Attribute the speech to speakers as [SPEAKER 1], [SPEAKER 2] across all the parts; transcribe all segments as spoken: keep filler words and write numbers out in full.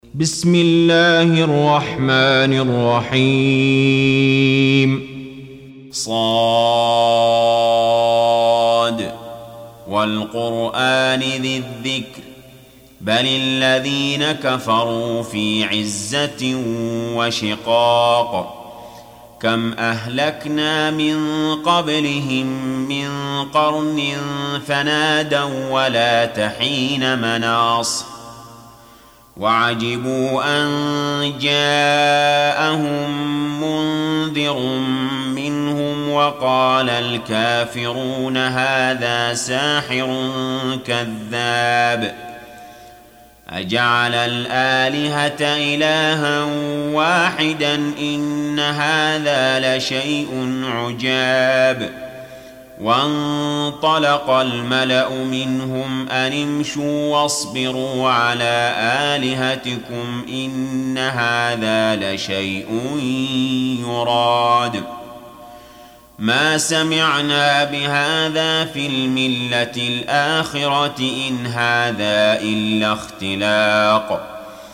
[SPEAKER 1] بسم الله الرحمن الرحيم صاد والقرآن ذي الذكر بل الذين كفروا في عزة وشقاق كم أهلكنا من قبلهم من قرن فنادوا ولا تحين مناص وعجبوا أن جاءهم منذر منهم وقال الكافرون هذا ساحر كذاب أجعل الآلهة إلها واحدا إن هذا لشيء عجاب وانطلق الملأ منهم أن امشوا واصبروا على آلهتكم إن هذا لشيء يراد ما سمعنا بهذا في الملة الآخرة إن هذا إلا اختلاق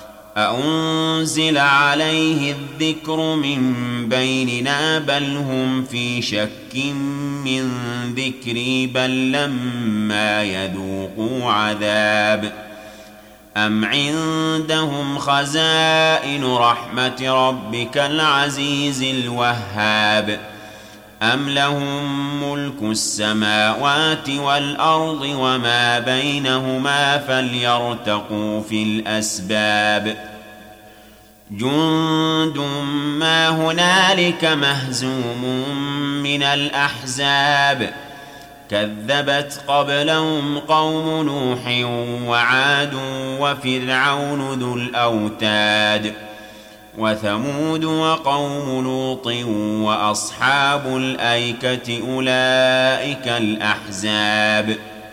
[SPEAKER 1] أأنزل عليه الذكر من بيننا بل هم في شك من ذكري بل لما يذوقوا عذاب أم عندهم خزائن رحمة ربك العزيز الوهاب أم لهم ملك السماوات والأرض وما بينهما فليرتقوا في الأسباب جند ما هنالك مهزوم من الأحزاب كذبت قبلهم قوم نوح وعاد وفرعون ذو الأوتاد وثمود وقوم لوط وأصحاب الأيكة أولئك الأحزاب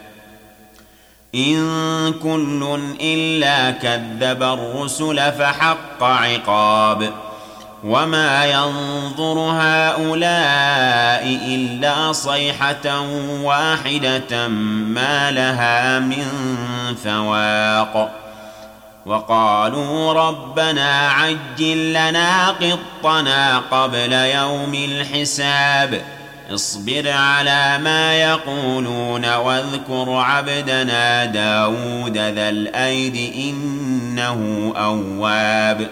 [SPEAKER 1] إن كل إلا كذب الرسل فحق عقاب وما ينظر هؤلاء إلا صيحة واحدة ما لها من فواق وقالوا ربنا عجل لنا قطنا قبل يوم الحساب اصبر على ما يقولون واذكر عبدنا داود ذا الأيد إنه أواب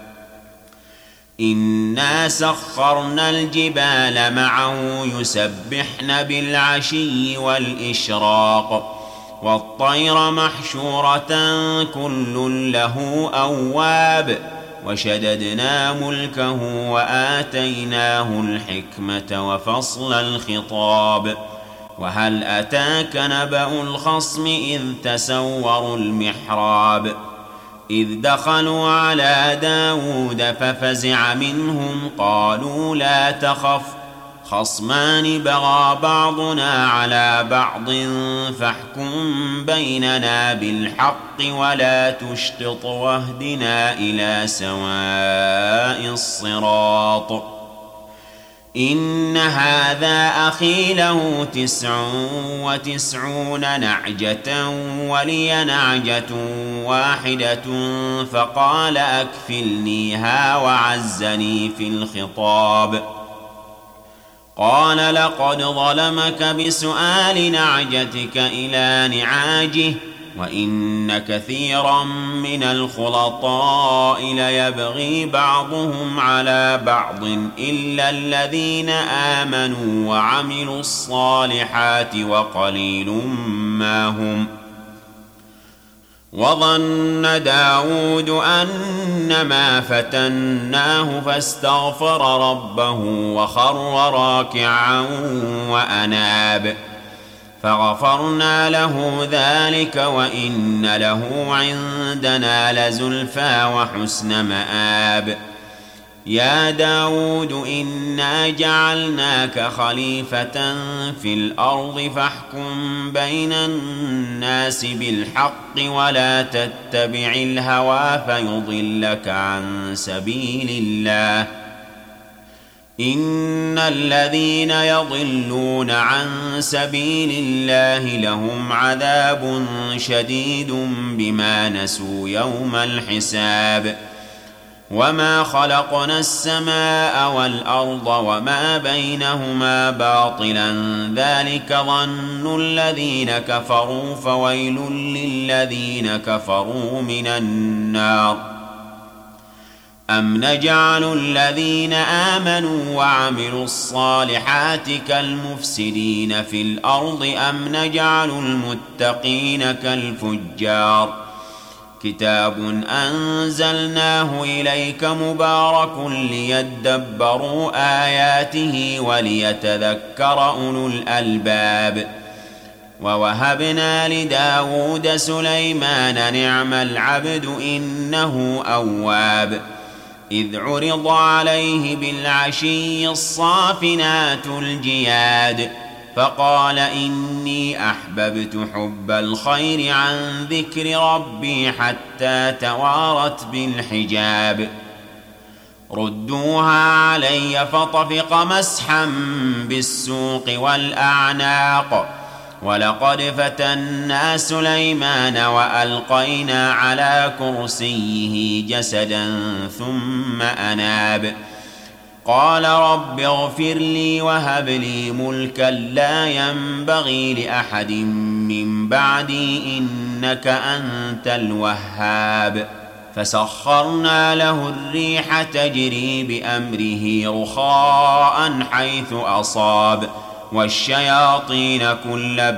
[SPEAKER 1] إنا سخرنا الجبال معه يسبحن بالعشي والإشراق والطير محشورة كل له أواب وشددنا ملكه وآتيناه الحكمة وفصل الخطاب وهل أتاك نبأ الخصم إذ تسوروا المحراب إذ دخلوا على داود ففزع منهم قالوا لا تخف خصمان بغى بعضنا على بعض فاحكم بيننا بالحق ولا تشطط واهدنا إلى سواء الصراط إن هذا أخي له تسع وتسعون نعجة ولي نعجة واحدة فقال أكفلنيها وعزني في الخطاب قال لقد ظلمك بسؤال نعجتك إلى نعاجه وإن كثيرا من الخلطاء ليبغي بعضهم على بعض إلا الذين آمنوا وعملوا الصالحات وقليل ما هم وظن داود أنما فتناه فاستغفر ربه وخر راكعا وأناب فغفرنا له ذلك وإن له عندنا لزلفى وحسن مآب يا داود إنا جعلناك خليفة في الأرض فاحكم بين الناس بالحق ولا تتبع الهوى فيضلك عن سبيل الله إن الذين يضلون عن سبيل الله لهم عذاب شديد بما نسوا يوم الحساب وما خلقنا السماء والأرض وما بينهما باطلا ذلك ظن الذين كفروا فويل للذين كفروا من النار أم نجعل الذين آمنوا وعملوا الصالحات كالمفسدين في الأرض أم نجعل المتقين كالفجار كتاب أنزلناه إليك مبارك ليدبروا آياته وليتذكر أولو الألباب ووهبنا لداود سليمان نعم العبد إنه أواب إذ عرض عليه بالعشي الصافنات الجياد فقال إني أحببت حب الخير عن ذكر ربي حتى توارت بالحجاب ردوها علي فطفق مسحا بالسوق والأعناق ولقد فتنا سليمان وألقينا على كرسيه جسدا ثم أناب قال رب اغفر لي وهب لي ملكا لا ينبغي لأحد من بعدي إنك أنت الوهاب فسخرنا له الريح تجري بأمره رخاء حيث أصاب والشياطين كل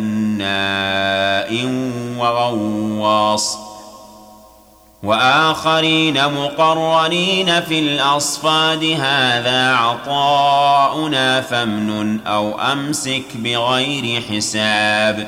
[SPEAKER 1] بناء وغواص وآخرين مقرنين في الأصفاد هذا عطاؤنا فامنن أو أمسك بغير حساب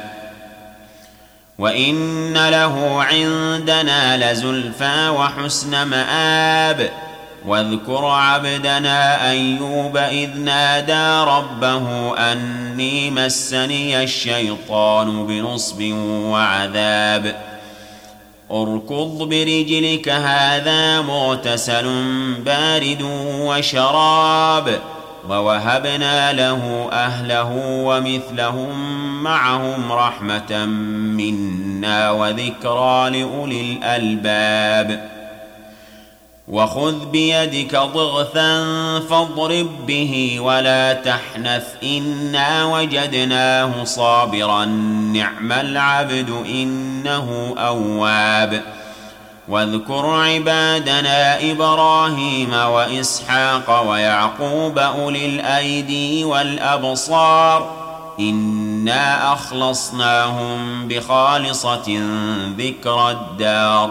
[SPEAKER 1] وإن له عندنا لزلفى وحسن مآب واذكر عبدنا أيوب إذ نادى ربه أني مسني الشيطان بنصب وعذاب اركض برجلك هذا مغتسل بارد وشراب ووهبنا له أهله ومثلهم معهم رحمة منا وذكرى لأولي الألباب وخذ بيدك ضغثا فاضرب به ولا تحنث إنا وجدناه صابرا نعم العبد إنه أواب واذكر عبادنا إبراهيم وإسحاق ويعقوب أولي الأيدي والأبصار إنا أخلصناهم بخالصة ذكر الدار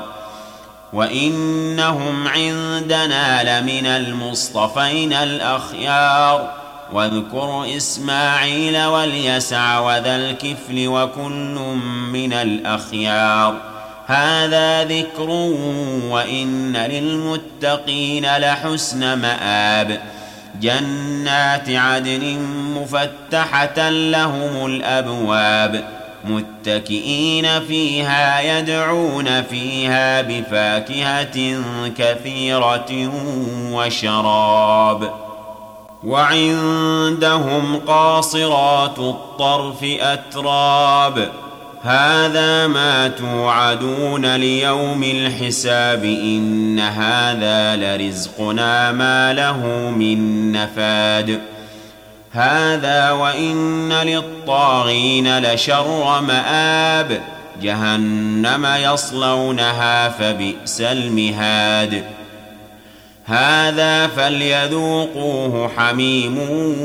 [SPEAKER 1] وإنهم عندنا لمن المصطفين الأخيار واذكر إسماعيل واليسع وذا الكفل وكل من الأخيار هذا ذكر وإن للمتقين لحسن مآب جنات عدن مفتحة لهم الأبواب متكئين فيها يدعون فيها بفاكهة كثيرة وشراب وعندهم قاصرات الطرف أتراب هذا ما توعدون ليوم الحساب إن هذا لرزقنا ما له من نفاد هذا وإن للطاغين لشر مآب جهنم يصلونها فبئس المهاد هذا فليذوقوه حميم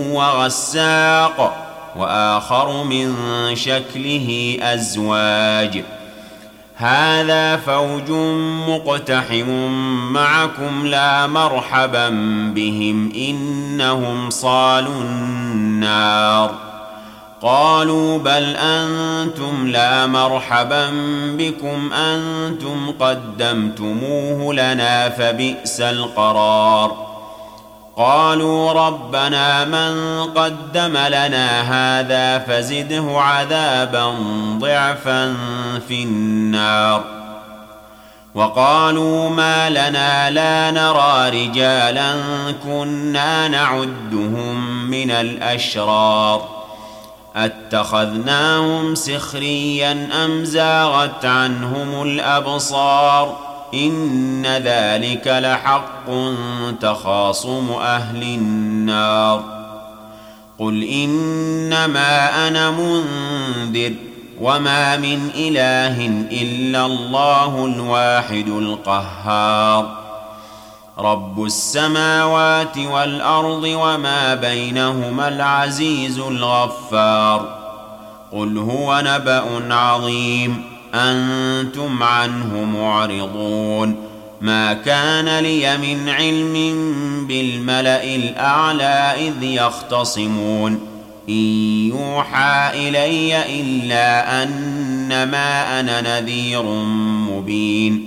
[SPEAKER 1] وغساق وآخر من شكله أزواج هذا فوج مقتحم معكم لا مرحبا بهم إنهم صالوا النار قالوا بل أنتم لا مرحبا بكم أنتم قدمتموه لنا فبئس القرار قالوا ربنا من قدم لنا هذا فزده عذابا ضعفا في النار وقالوا ما لنا لا نرى رجالا كنا نعدهم من الأشرار أتخذناهم سخريا أم زاغت عنهم الأبصار إن ذلك لحق تخاصم أهل النار قل إنما أنا منذر وما من إله إلا الله الواحد القهار رب السماوات والأرض وما بينهما العزيز الغفار قل هو نبأ عظيم أنتم عنه معرضون ما كان لي من علم بالملأ الأعلى إذ يختصمون إن يوحى إلي إلا أنما أنا نذير مبين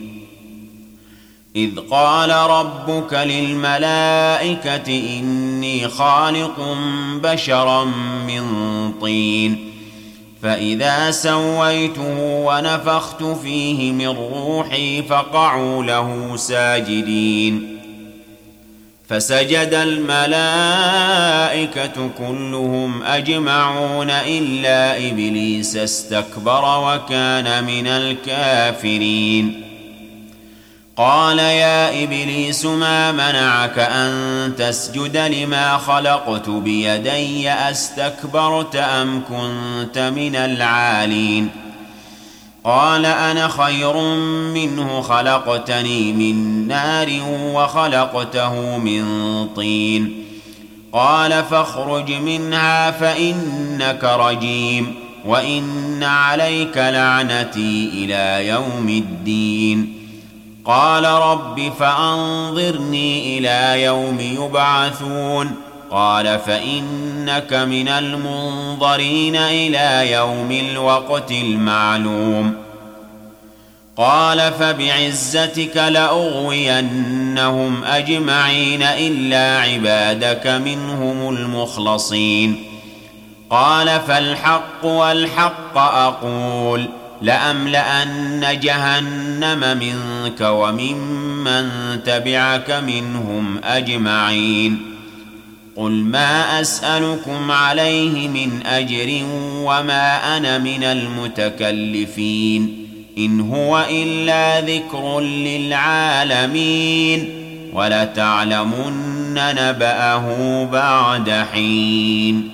[SPEAKER 1] إذ قال ربك للملائكة إني خالق بشرا من طين فإذا سويته ونفخت فيه من روحي فقعوا له ساجدين فسجد الملائكة كلهم أجمعون إلا إبليس استكبر وكان من الكافرين قال يا إبليس ما منعك أن تسجد لما خلقت بيدي أستكبرت أم كنت من العالين قال أنا خير منه خلقتني من نار وخلقته من طين قال فاخرج منها فإنك رجيم وإن عليك لعنتي إلى يوم الدين قال رب فأنظرني إلى يوم يبعثون قال فإنك من المنظرين إلى يوم الوقت المعلوم قال فبعزتك لأغوينهم أجمعين إلا عبادك منهم المخلصين قال فالحق والحق أقول لأملأن جهنم منك وممن تبعك منهم أجمعين قل ما أسألكم عليه من أجر وما أنا من المتكلفين إن هو إلا ذكر للعالمين ولتعلمن نبأه بعد حين